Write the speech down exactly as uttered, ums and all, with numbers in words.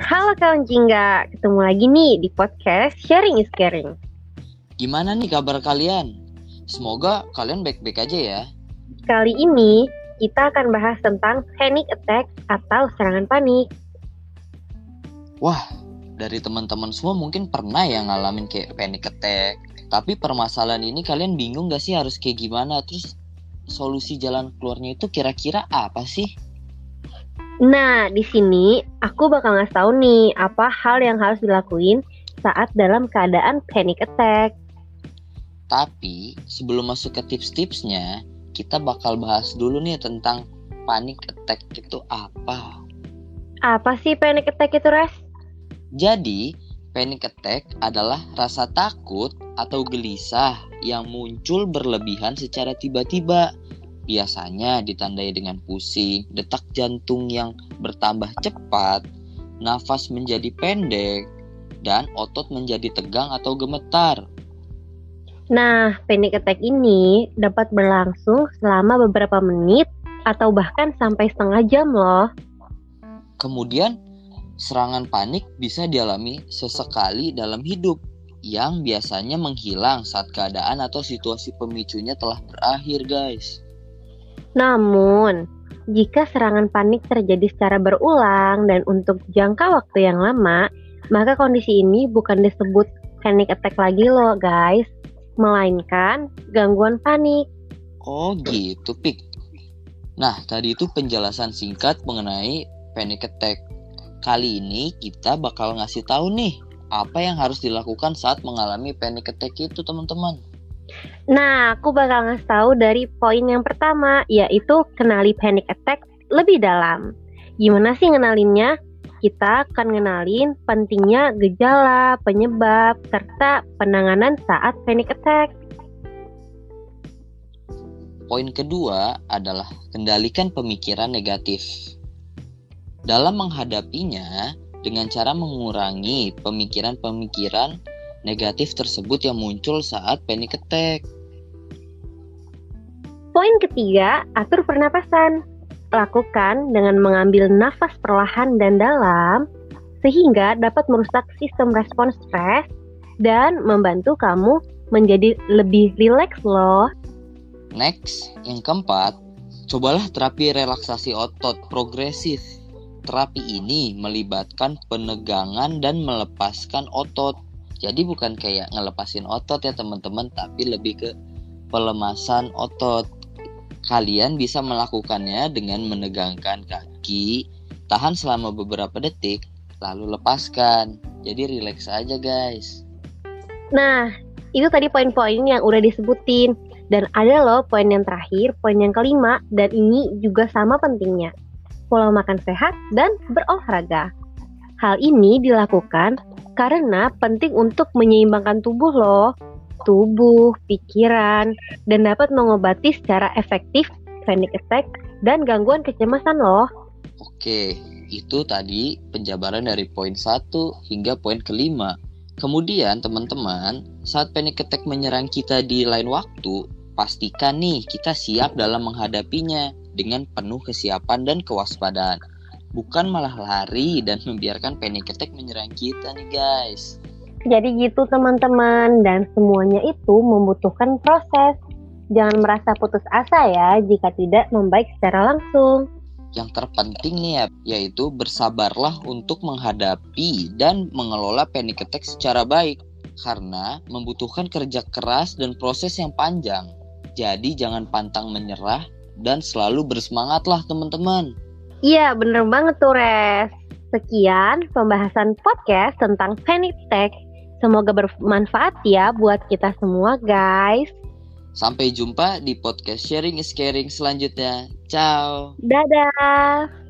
Halo kawan Jingga, ketemu lagi nih di podcast Sharing is Caring. Gimana nih kabar kalian? Semoga kalian baik-baik aja ya. Kali ini kita akan bahas tentang panic attack atau serangan panik. Wah, dari teman-teman semua mungkin pernah ya ngalamin kayak panic attack. Tapi permasalahan ini kalian bingung gak sih harus kayak gimana? Terus solusi jalan keluarnya itu kira-kira apa sih? Nah, di sini aku bakal ngasih tahu nih apa hal yang harus dilakuin saat dalam keadaan panic attack. Tapi sebelum masuk ke tips-tipsnya, kita bakal bahas dulu nih tentang panic attack itu apa. Apa sih panic attack itu, Res? Jadi, panic attack adalah rasa takut atau gelisah yang muncul berlebihan secara tiba-tiba. Biasanya ditandai dengan pusing, detak jantung yang bertambah cepat, nafas menjadi pendek, dan otot menjadi tegang atau gemetar. Nah, panic attack ini dapat berlangsung selama beberapa menit atau bahkan sampai setengah jam loh. Kemudian, serangan panik bisa dialami sesekali dalam hidup yang biasanya menghilang saat keadaan atau situasi pemicunya telah berakhir, guys. Namun, jika serangan panik terjadi secara berulang dan untuk jangka waktu yang lama, maka kondisi ini bukan disebut panic attack lagi loh guys, melainkan gangguan panik. Oh gitu, Pik. Nah, tadi itu penjelasan singkat mengenai panic attack. Kali ini kita bakal ngasih tahu nih apa yang harus dilakukan saat mengalami panic attack itu, teman-teman. Nah, aku bakal ngasih tahu dari poin yang pertama, yaitu kenali panic attack lebih dalam. Gimana sih ngenalinnya? Kita akan ngenalin pentingnya gejala, penyebab, serta penanganan saat panic attack. Poin kedua adalah kendalikan pemikiran negatif. Dalam menghadapinya, dengan cara mengurangi pemikiran-pemikiran negatif tersebut yang muncul saat panic attack. Poin ketiga, atur pernapasan. Lakukan dengan mengambil nafas perlahan dan dalam sehingga dapat merusak sistem respons stres dan membantu kamu menjadi lebih rileks loh. Next, yang keempat, cobalah terapi relaksasi otot progresif. Terapi ini melibatkan penegangan dan melepaskan otot. Jadi bukan kayak ngelepasin otot ya teman-teman, tapi lebih ke pelemasan otot. Kalian bisa melakukannya dengan menegangkan kaki, tahan selama beberapa detik, lalu lepaskan. Jadi rileks aja guys. Nah, itu tadi poin-poin yang udah disebutin. Dan ada loh poin yang terakhir, poin yang kelima, dan ini juga sama pentingnya. Pola makan sehat dan berolahraga. Hal ini dilakukan karena penting untuk menyeimbangkan tubuh loh, tubuh, pikiran, dan dapat mengobati secara efektif panic attack dan gangguan kecemasan loh. Oke, itu tadi penjabaran dari poin satu hingga poin kelima. Kemudian teman-teman, saat panic attack menyerang kita di lain waktu, pastikan nih kita siap dalam menghadapinya dengan penuh kesiapan dan kewaspadaan. Bukan malah lari dan membiarkan panic attack menyerang kita nih guys. Jadi gitu teman-teman, dan semuanya itu membutuhkan proses. Jangan merasa putus asa ya jika tidak membaik secara langsung. Yang terpenting nih ya, yaitu bersabarlah untuk menghadapi dan mengelola panic attack secara baik. Karena membutuhkan kerja keras dan proses yang panjang. Jadi jangan pantang menyerah dan selalu bersemangatlah teman-teman. Iya, bener banget tuh, Res. Sekian pembahasan podcast tentang panic attack. Semoga bermanfaat ya buat kita semua, guys. Sampai jumpa di podcast Sharing is Caring selanjutnya. Ciao. Dadah.